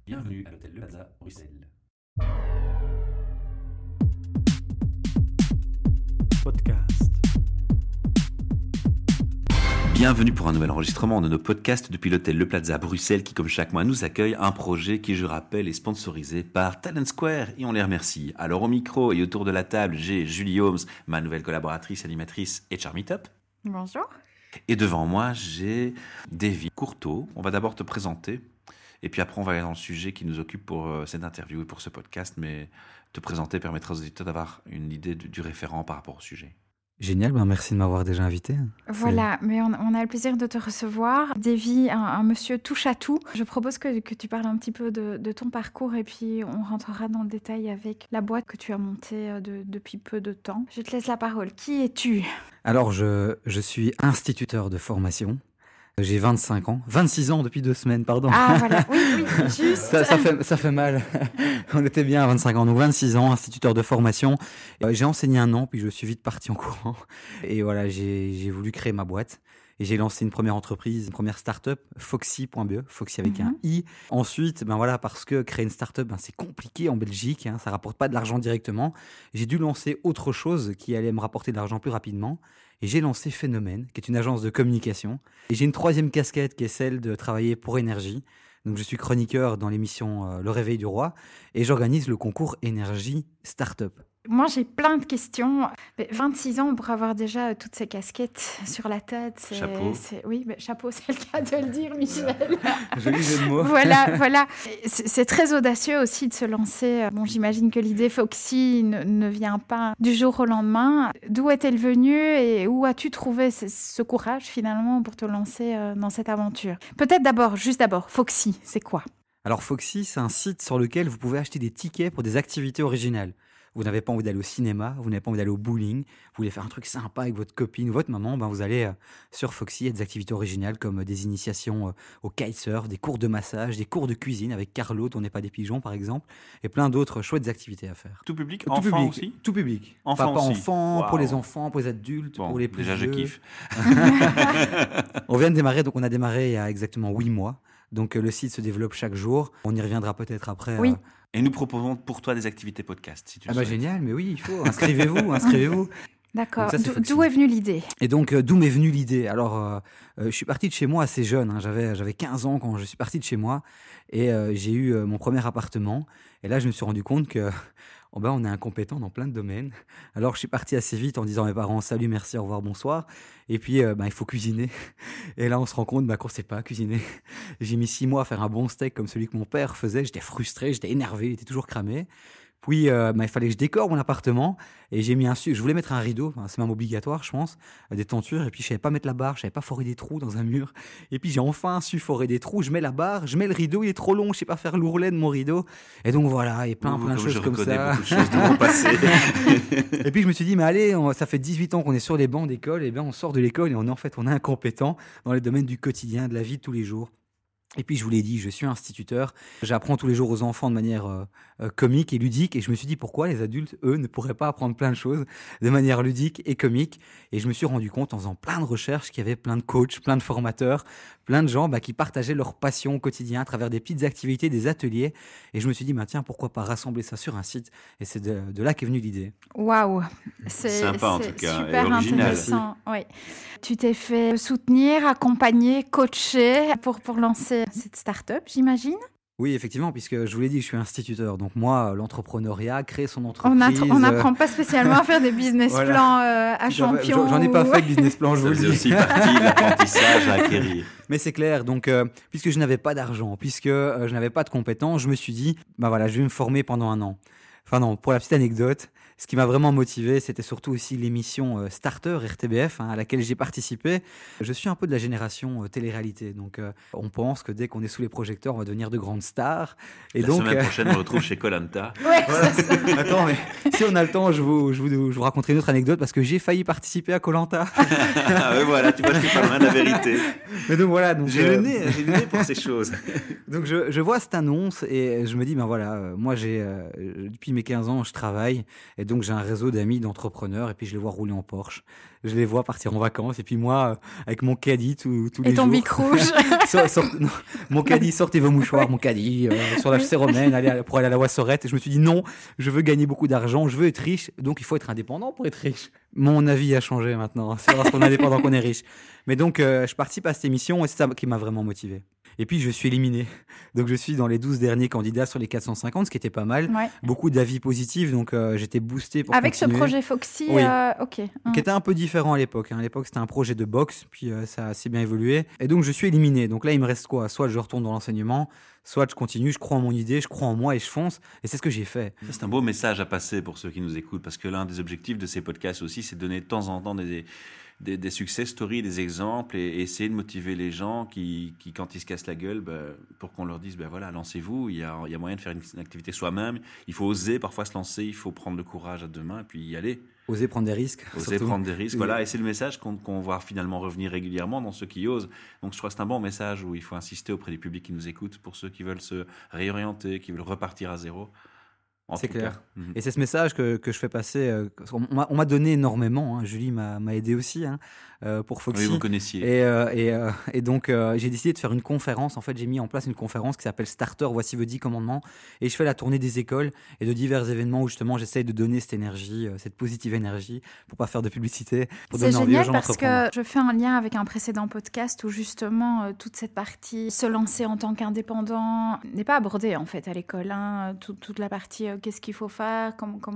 Bienvenue à l'hôtel Le Plaza, Bruxelles. Podcast. Bienvenue pour un nouvel enregistrement de nos podcasts depuis l'hôtel Le Plaza, Bruxelles, qui comme chaque mois nous accueille un projet qui, je rappelle, est sponsorisé par Talent Square et on les remercie. Alors au micro et autour de la table, j'ai Julie Holmes, ma nouvelle collaboratrice, animatrice et Charmy Top. Bonjour. Et devant moi, j'ai Davy Courteau. On va d'abord te présenter. Et puis après, on va aller dans le sujet qui nous occupe pour cette interview et pour ce podcast. Mais te présenter permettra aux auditeurs d'avoir une idée du référent par rapport au sujet. Génial, merci de m'avoir déjà invité. Voilà, mais on a le plaisir de te recevoir. Davy, un monsieur touche à tout. Je propose que tu parles un petit peu de ton parcours et puis on rentrera dans le détail avec la boîte que tu as montée depuis peu de temps. Je te laisse la parole. Qui es-tu ? Alors, je suis instituteur de formation. J'ai 25 ans, 26 ans depuis 2 semaines, pardon. Ah voilà, oui, juste. Ça fait mal. On était bien à 25 ans, donc 26 ans, instituteur de formation. J'ai enseigné 1 an, puis je suis vite parti en courant. Et voilà, j'ai voulu créer ma boîte. Et j'ai lancé une première entreprise, une première start-up, Foxy.be, Foxy avec un I. Ensuite, parce que créer une start-up, c'est compliqué en Belgique, ça rapporte pas de l'argent directement. J'ai dû lancer autre chose qui allait me rapporter de l'argent plus rapidement. Et j'ai lancé Phénomène, qui est une agence de communication. Et j'ai une 3e casquette qui est celle de travailler pour Énergie. Donc je suis chroniqueur dans l'émission Le Réveil du Roi et j'organise le concours Énergie Startup. Moi, j'ai plein de questions. 26 ans pour avoir déjà toutes ces casquettes sur la tête. Chapeau. Oui, chapeau, c'est le cas de le dire, Michel. Joli jeu de mots. Voilà. C'est très audacieux aussi de se lancer. Bon, j'imagine que l'idée Foxy ne vient pas du jour au lendemain. D'où est-elle venue et où as-tu trouvé ce courage finalement pour te lancer dans cette aventure ? Peut-être juste d'abord, Foxy, c'est quoi ? Alors Foxy, c'est un site sur lequel vous pouvez acheter des tickets pour des activités originales. Vous n'avez pas envie d'aller au cinéma, vous n'avez pas envie d'aller au bowling, vous voulez faire un truc sympa avec votre copine ou votre maman, vous allez sur Foxy, il y a des activités originales comme des initiations au kitesurf, des cours de massage, des cours de cuisine avec Carlo, On n'est pas des pigeons par exemple, et plein d'autres chouettes activités à faire. Tout public, Tout enfant public, aussi. Tout public. Enfant Papa, aussi. enfant, Wow. pour les enfants, pour les adultes, Bon, pour les plus déjà, je vieux. kiffe. On vient de démarrer, donc on a démarré il y a exactement 8 mois. Donc le site se développe chaque jour. On y reviendra peut-être après. Oui. Et nous proposons pour toi des activités podcast, si tu le souhaites. Génial, mais oui, il faut. Inscrivez-vous. D'accord. Donc ça, c'est D'où est venue l'idée ? Et donc, d'où m'est venue l'idée ? Alors, je suis parti de chez moi assez jeune. J'avais 15 ans quand je suis parti de chez moi. Et j'ai eu mon premier appartement. Et là, je me suis rendu compte que on est incompétent dans plein de domaines. Alors, je suis parti assez vite en disant à mes parents « Salut, merci, au revoir, bonsoir ». Et puis, il faut cuisiner. Et là, on se rend compte qu'on ne sait pas cuisiner. J'ai mis 6 mois à faire un bon steak comme celui que mon père faisait. J'étais frustré, j'étais énervé, il était toujours cramé. Puis, il fallait que je décore mon appartement et j'ai mis je voulais mettre un rideau, c'est même obligatoire, je pense, des tentures. Et puis, je savais pas mettre la barre, je savais pas forer des trous dans un mur. Et puis, j'ai enfin su forer des trous. Je mets la barre, je mets le rideau, il est trop long, je sais pas faire l'ourlet de mon rideau. Et donc, voilà, et plein de choses comme ça. Je reconnais beaucoup de choses de mon passé. Et puis, je me suis dit, mais allez, ça fait 18 ans qu'on est sur les bancs d'école, et bien, on sort de l'école et on est incompétent dans les domaines du quotidien, de la vie de tous les jours. Et puis, je vous l'ai dit, je suis instituteur. J'apprends tous les jours aux enfants de manière comique et ludique. Et je me suis dit, pourquoi les adultes, eux, ne pourraient pas apprendre plein de choses de manière ludique et comique ? Et je me suis rendu compte, en faisant plein de recherches, qu'il y avait plein de coachs, plein de formateurs, plein de gens qui partageaient leur passion au quotidien à travers des petites activités, des ateliers. Et je me suis dit, tiens, pourquoi pas rassembler ça sur un site ? Et c'est de là qu'est venue l'idée. Waouh, C'est sympa en tout cas, super et original. intéressant. Oui. Tu t'es fait soutenir, accompagner, coacher pour lancer cette start-up, j'imagine. Oui, effectivement, puisque je vous l'ai dit, je suis instituteur. Donc moi, l'entrepreneuriat, créer son entreprise... On n'apprend pas spécialement à faire des business plans à champion. J'en ai pas fait de business plan, je vous le dis. C'est aussi partie de l'apprentissage à acquérir. Mais c'est clair, donc puisque je n'avais pas d'argent, puisque je n'avais pas de compétences, je me suis dit, je vais me former pendant 1 an. Enfin non, pour la petite anecdote, ce qui m'a vraiment motivé, c'était surtout aussi l'émission Starter RTBF, à laquelle j'ai participé. Je suis un peu de la génération télé-réalité, donc on pense que dès qu'on est sous les projecteurs, on va devenir de grandes stars. Et La semaine prochaine, on se retrouve chez Koh Lanta. Ouais, voilà. Attends, mais si on a le temps, je vous raconterai une autre anecdote parce que j'ai failli participer à Koh Lanta. Voilà, tu vois, je suis pas loin de la vérité. Mais donc voilà. Donc, j'ai le nez pour ces choses. Donc je vois cette annonce et je me dis, moi depuis mes 15 ans, je travaille. Et donc, j'ai un réseau d'amis, d'entrepreneurs, et puis je les vois rouler en Porsche. Je les vois partir en vacances, et puis moi, avec mon caddie tous les jours. Et ton bic rouge. Non, mon caddie, sortez vos mouchoirs, mon caddie, sur la chaussée romaine, pour aller à la Wasserette. Et je me suis dit, non, je veux gagner beaucoup d'argent, je veux être riche, donc il faut être indépendant pour être riche. Mon avis a changé maintenant, c'est parce qu'on est indépendant qu'on est riche. Mais donc, je participe à cette émission, et c'est ça qui m'a vraiment motivé. Et puis, je suis éliminé. Donc, je suis dans les 12 derniers candidats sur les 450, ce qui était pas mal. Ouais. Beaucoup d'avis positifs, donc j'étais boosté pour Avec continuer. ce projet Foxy, Oui. ok. Qui était un peu différent à l'époque. À l'époque, c'était un projet de boxe, puis ça a assez bien évolué. Et donc, je suis éliminé. Donc là, il me reste quoi ? Soit je retourne dans l'enseignement, soit je continue, je crois en mon idée, je crois en moi et je fonce. Et c'est ce que j'ai fait. Ça, c'est un beau message à passer pour ceux qui nous écoutent, parce que l'un des objectifs de ces podcasts aussi, c'est de donner de temps en temps des success stories, des exemples, et essayer de motiver les gens qui quand ils se cassent la gueule, pour qu'on leur dise, voilà, lancez-vous, il y a moyen de faire une activité soi-même, il faut oser parfois se lancer, il faut prendre le courage à deux mains, et puis y aller. Oser prendre des risques. Oser surtout. prendre des risques, Oui. voilà, et c'est le message qu'on voit finalement revenir régulièrement dans ceux qui osent. Donc je crois que c'est un bon message où il faut insister auprès du public qui nous écoute, pour ceux qui veulent se réorienter, qui veulent repartir à zéro. C'est clair. Mhm. Et c'est ce message que je fais passer. On m'a donné énormément. Julie m'a aidé aussi pour Foxy. Oui, vous connaissiez. Et donc, j'ai décidé de faire une conférence. En fait, j'ai mis en place une conférence qui s'appelle Starter, voici vos 10 commandements. Et je fais la tournée des écoles et de divers événements où justement j'essaye de donner cette énergie, cette positive énergie, pour pas faire de publicité, pour C'est donner envie aux génial gens parce d'entreprendre. que je fais un lien avec un précédent podcast où justement toute cette partie se lancer en tant qu'indépendant n'est pas abordée en fait à l'école. Toute la partie qu'est-ce qu'il faut faire,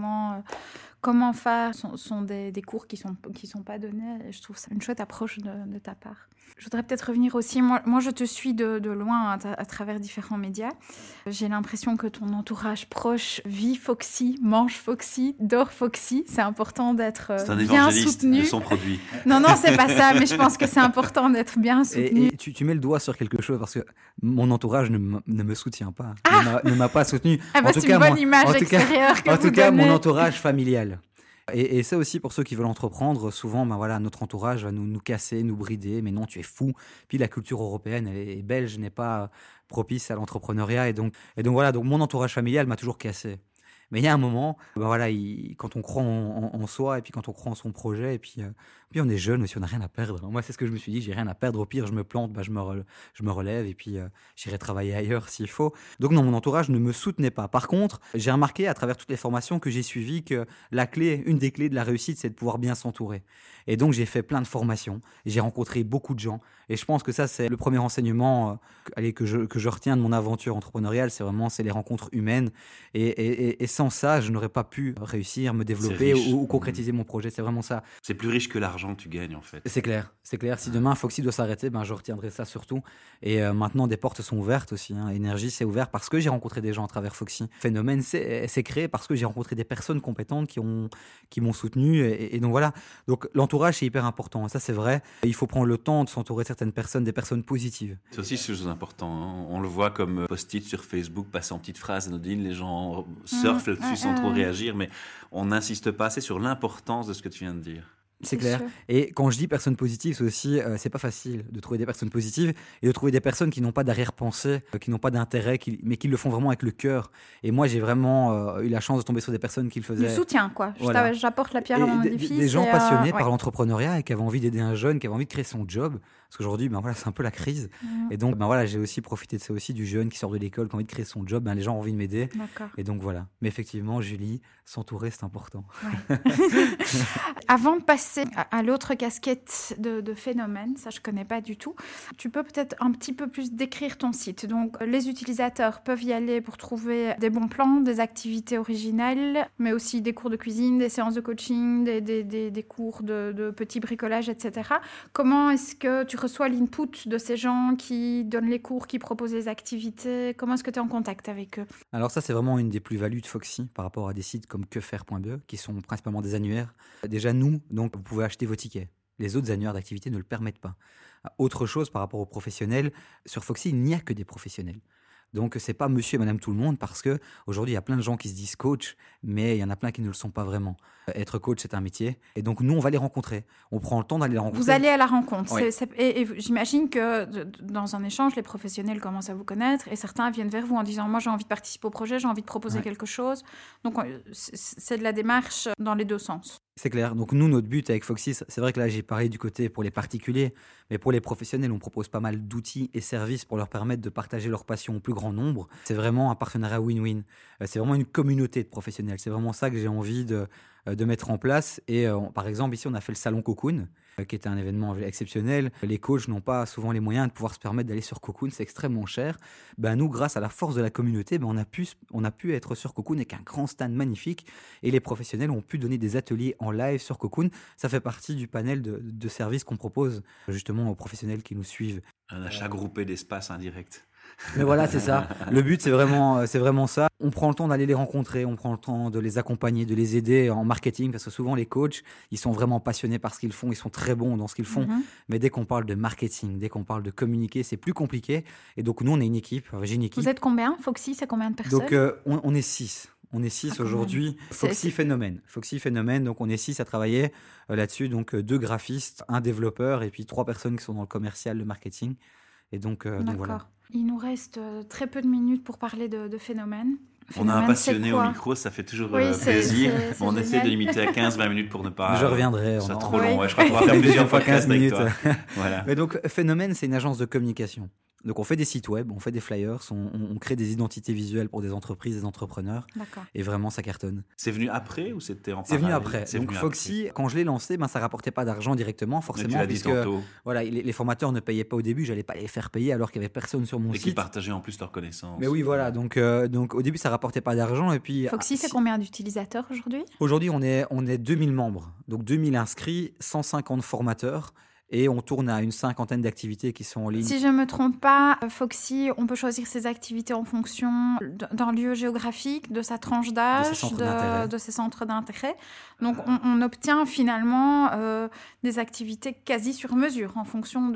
comment faire sont des cours qui sont pas donnés. Et je trouve ça une chouette approche de ta part. Je voudrais peut-être revenir aussi, moi je te suis de loin à travers différents médias. J'ai l'impression que ton entourage proche vit Foxy, mange Foxy, dort Foxy. C'est important d'être C'est un bien évangéliste soutenu. de son produit. Non, c'est pas ça, mais je pense que c'est important d'être bien soutenu. Et tu mets le doigt sur quelque chose parce que mon entourage ne me soutient pas, ne m'a pas soutenu. Ah bah, En tout c'est cas, une bonne image en tout cas- extérieure que En vous tout cas, donnez. mon entourage familial. Et ça aussi, pour ceux qui veulent entreprendre, souvent, notre entourage va nous casser, nous brider. Mais non, tu es fou. Puis la culture européenne et belge n'est pas propice à l'entrepreneuriat. Et donc voilà, donc mon entourage familial m'a toujours cassé. Mais il y a un moment, quand on croit en soi et puis quand on croit en son projet, et puis on est jeune aussi, on n'a rien à perdre. Moi, c'est ce que je me suis dit, j'ai rien à perdre. Au pire, je me plante, je me relève et puis j'irai travailler ailleurs s'il faut. Donc non, mon entourage ne me soutenait pas. Par contre, j'ai remarqué à travers toutes les formations que j'ai suivies que une des clés de la réussite, c'est de pouvoir bien s'entourer. Et donc, j'ai fait plein de formations, j'ai rencontré beaucoup de gens. Et je pense que ça, c'est le premier enseignement que je retiens de mon aventure entrepreneuriale, c'est les rencontres humaines. Et sans ça, je n'aurais pas pu réussir, me développer riche. ou concrétiser mon projet. C'est vraiment ça. C'est plus riche que l'argent que tu gagnes, en fait. C'est clair. Si demain Foxy doit s'arrêter, je retiendrai ça surtout. Et maintenant, des portes sont ouvertes aussi. Énergie, c'est ouvert parce que j'ai rencontré des gens à travers Foxy. Phénomène, c'est créé parce que j'ai rencontré des personnes compétentes qui m'ont soutenu. Et donc voilà. Donc l'entourage, c'est hyper important. Ça, c'est vrai. Il faut prendre le temps de s'entourer de certaines personnes, des personnes positives. C'est aussi quelque chose d'important. On le voit comme post-it sur Facebook, passer en petites phrases anodines. Les gens surfent là-dessus sans trop réagir, mais on n'insiste pas assez sur l'importance de ce que tu viens de dire. C'est clair. sûr. Et quand je dis personnes positives, c'est aussi, c'est pas facile de trouver des personnes positives et de trouver des personnes qui n'ont pas d'arrière-pensée, qui n'ont pas d'intérêt, mais qui le font vraiment avec le cœur. Et moi, j'ai vraiment eu la chance de tomber sur des personnes qui le faisaient. Du soutien, quoi. Voilà. J'apporte la pierre Et à mon des édifice. gens et, passionnés ouais. par l'entrepreneuriat et qui avaient envie d'aider un jeune, qui avait envie de créer son job. Parce qu'aujourd'hui, c'est un peu la crise. Et donc, j'ai aussi profité de ça aussi, du jeune qui sort de l'école, qui a envie de créer son job. Les gens ont envie de m'aider. D'accord. Et donc, voilà. Mais effectivement, Julie, s'entourer, c'est important. Avant de passer à l'autre casquette de phénomène, ça je connais pas du tout, tu peux peut-être un petit peu plus décrire ton site. Donc les utilisateurs peuvent y aller pour trouver des bons plans, des activités originales, mais aussi des cours de cuisine, des séances de coaching, des cours de petit bricolage, etc. Comment est-ce que tu reçois l'input de ces gens qui donnent les cours, qui proposent les activités? Comment est-ce que tu es en contact avec eux? Alors ça, c'est vraiment une des plus-values de Foxy par rapport à des sites comme quefaire.be, qui sont principalement des annuaires. Déjà, nous, donc, vous pouvez acheter vos tickets. Les autres annuaires d'activité ne le permettent pas. Autre chose par rapport aux professionnels, sur Foxy, il n'y a que des professionnels. Donc, c'est pas monsieur et madame tout le monde parce que aujourd'hui il y a plein de gens qui se disent coach, mais il y en a plein qui ne le sont pas vraiment. Être coach, c'est un métier. Et donc, nous, on va les rencontrer. On prend le temps d'aller les rencontrer. Vous allez à la rencontre. Oui. Et j'imagine que dans un échange, les professionnels commencent à vous connaître et certains viennent vers vous en disant « Moi, j'ai envie de participer au projet, j'ai envie de proposer quelque chose. » Donc, c'est de la démarche dans les deux sens. C'est clair. Donc nous, notre but avec Foxy, c'est vrai que là, j'ai parlé du côté pour les particuliers, mais pour les professionnels, on propose pas mal d'outils et services pour leur permettre de partager leur passion au plus grand nombre. C'est vraiment un partenariat win-win. C'est vraiment une communauté de professionnels. C'est vraiment ça que j'ai envie de mettre en place. Et par exemple, ici, on a fait le salon Cocoon, qui était un événement exceptionnel. Les coachs n'ont pas souvent les moyens de pouvoir se permettre d'aller sur Cocoon, c'est extrêmement cher. Nous, grâce à la force de la communauté, on a pu être sur Cocoon avec un grand stand magnifique et les professionnels ont pu donner des ateliers en live sur Cocoon. Ça fait partie du panel de services qu'on propose justement aux professionnels qui nous suivent. Un achat groupé d'espace indirect. Mais voilà, c'est ça. Le but, c'est vraiment ça. On prend le temps d'aller les rencontrer, on prend le temps de les accompagner, de les aider en marketing, parce que souvent les coachs, ils sont vraiment passionnés par ce qu'ils font, ils sont très bons dans ce qu'ils font. Mais dès qu'on parle de marketing, dès qu'on parle de communiquer, c'est plus compliqué. Et donc nous, on est une équipe, j'ai une équipe. Vous êtes combien? Foxy, c'est combien de personnes? Donc on est 6. On est 6 aujourd'hui. Foxy Phénomène. Donc on est 6 à travailler là-dessus. Donc 2 graphistes, 1 développeur et puis 3 personnes qui sont dans le commercial, le marketing. Et donc voilà. Il nous reste très peu de minutes pour parler de Phénomène. On a un passionné au micro, ça fait toujours plaisir. On essaie de limiter à 15-20 minutes pour ne pas... Je reviendrai. C'est trop long. Je crois qu'on va faire plusieurs fois 15 minutes. Voilà. Mais donc, Phénomène, c'est une agence de communication. Donc, on fait des sites web, on fait des flyers, on crée des identités visuelles pour des entreprises, des entrepreneurs. D'accord. Et vraiment, ça cartonne. C'est venu après ou c'était en parallèle? C'est venu après. Donc, Foxy, quand je l'ai lancé, ça rapportait pas d'argent directement, forcément. Mais tu l'as dit tantôt. Voilà, les formateurs ne payaient pas au début, j'allais pas les faire payer alors qu'il y avait personne sur mon site. Et qui partageaient en plus leurs connaissances. Mais oui, voilà. Donc, au début, ça rapportait pas d'argent. Et puis, Foxy, c'est combien d'utilisateurs aujourd'hui? Aujourd'hui, on est 2000 membres. Donc, 2000 inscrits, 150 formateurs. Et on tourne à une 50aine d'activités qui sont en ligne. Si je ne me trompe pas, Foxy, on peut choisir ses activités en fonction d'un lieu géographique, de sa tranche d'âge, de ses centres d'intérêt. Donc, on obtient finalement des activités quasi sur mesure en fonction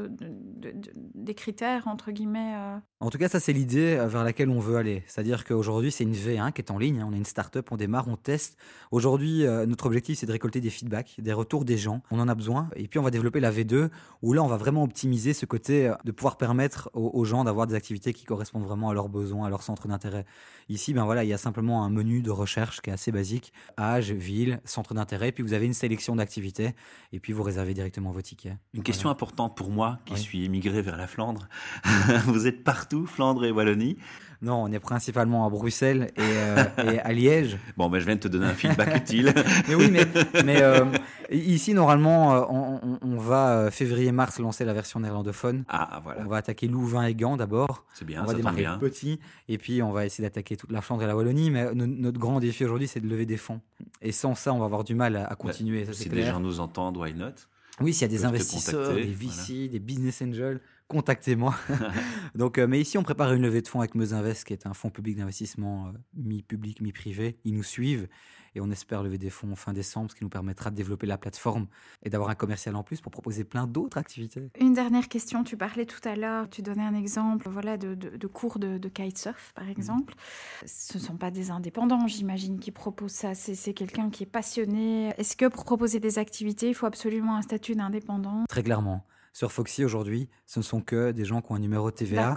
des critères, entre guillemets. En tout cas, ça, c'est l'idée vers laquelle on veut aller. C'est-à-dire qu'aujourd'hui, c'est une V1 qui est en ligne. On est une start-up, on démarre, on teste. Aujourd'hui, notre objectif, c'est de récolter des feedbacks, des retours des gens. On en a besoin. Et puis, on va développer la V2, où là, on va vraiment optimiser ce côté de pouvoir permettre aux gens d'avoir des activités qui correspondent vraiment à leurs besoins, à leur centre d'intérêt. Ici, il y a simplement un menu de recherche qui est assez basique. Âge, ville, centre d'intérêt. Puis, vous avez une sélection d'activités. Et puis, vous réservez directement vos tickets. Une question importante pour moi, qui suis émigré vers la Flandre. Vous êtes partout, Flandre et Wallonie? Non, on est principalement à Bruxelles et à Liège. Bon, je viens de te donner un feedback utile. Mais oui, mais ici, normalement, on va février-mars lancer la version néerlandophone. Ah, voilà. On va attaquer Louvain et Gand d'abord. C'est bien, on va démarrer petit, et puis on va essayer d'attaquer toute la Flandre et la Wallonie. Mais notre grand défi aujourd'hui, c'est de lever des fonds. Et sans ça, on va avoir du mal à continuer. Ça, si des gens nous entendent, why not? Oui, s'il y a des investisseurs, des VC, des business angels, contactez-moi. Donc, mais ici, on prépare une levée de fonds avec Meusinvest, qui est un fonds public d'investissement mi-public, mi-privé. Ils nous suivent et on espère lever des fonds fin décembre, ce qui nous permettra de développer la plateforme et d'avoir un commercial en plus pour proposer plein d'autres activités. Une dernière question. Tu parlais tout à l'heure, tu donnais un exemple de cours de kitesurf, par exemple. Ce ne sont pas des indépendants, j'imagine, qui proposent ça. C'est quelqu'un qui est passionné. Est-ce que pour proposer des activités, il faut absolument un statut d'indépendant? Très clairement. Sur Foxy, aujourd'hui, ce ne sont que des gens qui ont un numéro de TVA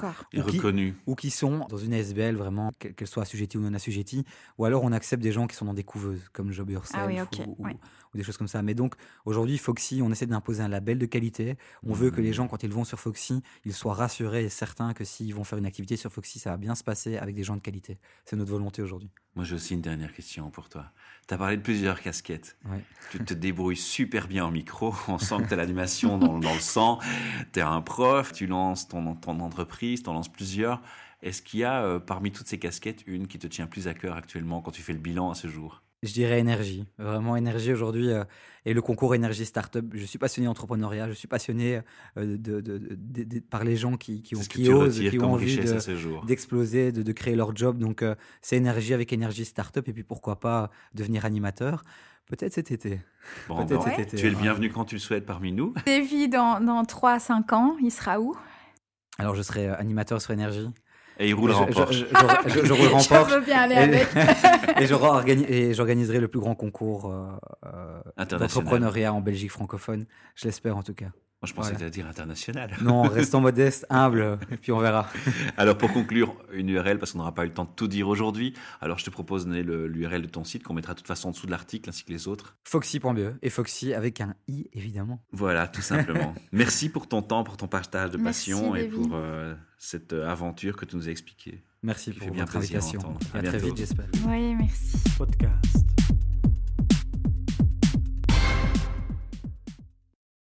ou qui sont dans une ASBL, vraiment, qu'elle soit assujettie ou non assujettie. Ou alors, on accepte des gens qui sont dans des couveuses, comme Job Yourself ou des choses comme ça. Mais donc, aujourd'hui, Foxy, on essaie d'imposer un label de qualité. On veut que les gens, quand ils vont sur Foxy, ils soient rassurés et certains que s'ils vont faire une activité sur Foxy, ça va bien se passer avec des gens de qualité. C'est notre volonté aujourd'hui. Moi, j'ai aussi une dernière question pour toi. Tu as parlé de plusieurs casquettes. Ouais. Tu te débrouilles super bien en micro. On sent que tu as l'animation dans le sang. Tu es un prof, tu lances ton entreprise, tu en lances plusieurs. Est-ce qu'il y a, parmi toutes ces casquettes, une qui te tient plus à cœur actuellement quand tu fais le bilan à ce jour? Je dirais énergie, vraiment énergie aujourd'hui et le concours énergie startup. Je suis passionné d'entrepreneuriat, je suis passionné par les gens qui osent, qui ont envie d'exploser, de créer leur job. Donc c'est énergie avec énergie startup et puis pourquoi pas devenir animateur. Peut-être cet été. Cet été. Tu es le bienvenu quand tu le souhaites parmi nous. Davy, dans 3 à 5 ans, il sera où? Alors je serai animateur sur énergie. Et il roulera en Porsche. Je roulerai en Je Porsche. veux bien aller avec. Et j'organiserai le plus grand concours d'entrepreneuriat en Belgique francophone. Je l'espère en tout cas. Moi, je pensais Voilà. que tu allais dire international. Non, restons modestes, humbles, et puis on verra. Alors, pour conclure, une URL, parce qu'on n'aura pas eu le temps de tout dire aujourd'hui. Alors, je te propose de donner l'URL de ton site, qu'on mettra de toute façon en dessous de l'article, ainsi que les autres. Foxy.be, et Foxy avec un i, évidemment. Voilà, tout simplement. Merci pour ton temps, pour ton partage de passion Merci, et Lévi. pour cette aventure que tu nous as expliquée. Merci Qui pour fait bien votre plaisir à invitation. entendre. Et À à très bientôt. vite, j'espère. Oui, merci. Podcast.